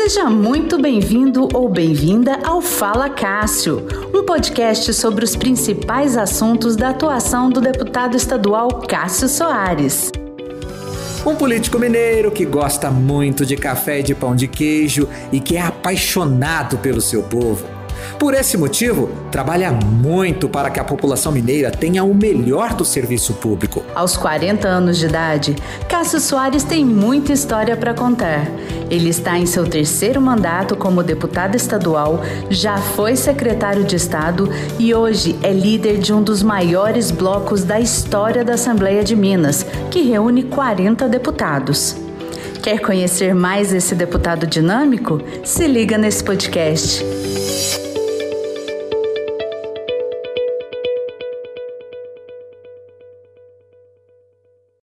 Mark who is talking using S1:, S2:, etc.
S1: Seja muito bem-vindo ou bem-vinda ao Fala Cássio, um podcast sobre os principais assuntos da atuação do deputado estadual Cássio Soares.
S2: Um político mineiro que gosta muito de café e de pão de queijo e que é apaixonado pelo seu povo. Por esse motivo, trabalha muito para que a população mineira tenha o melhor do serviço público.
S1: Aos 40 anos de idade, Cássio Soares tem muita história para contar. Ele está em seu terceiro mandato como deputado estadual, já foi secretário de Estado e hoje é líder de um dos maiores blocos da história da Assembleia de Minas, que reúne 40 deputados. Quer conhecer mais esse deputado dinâmico? Se liga nesse podcast.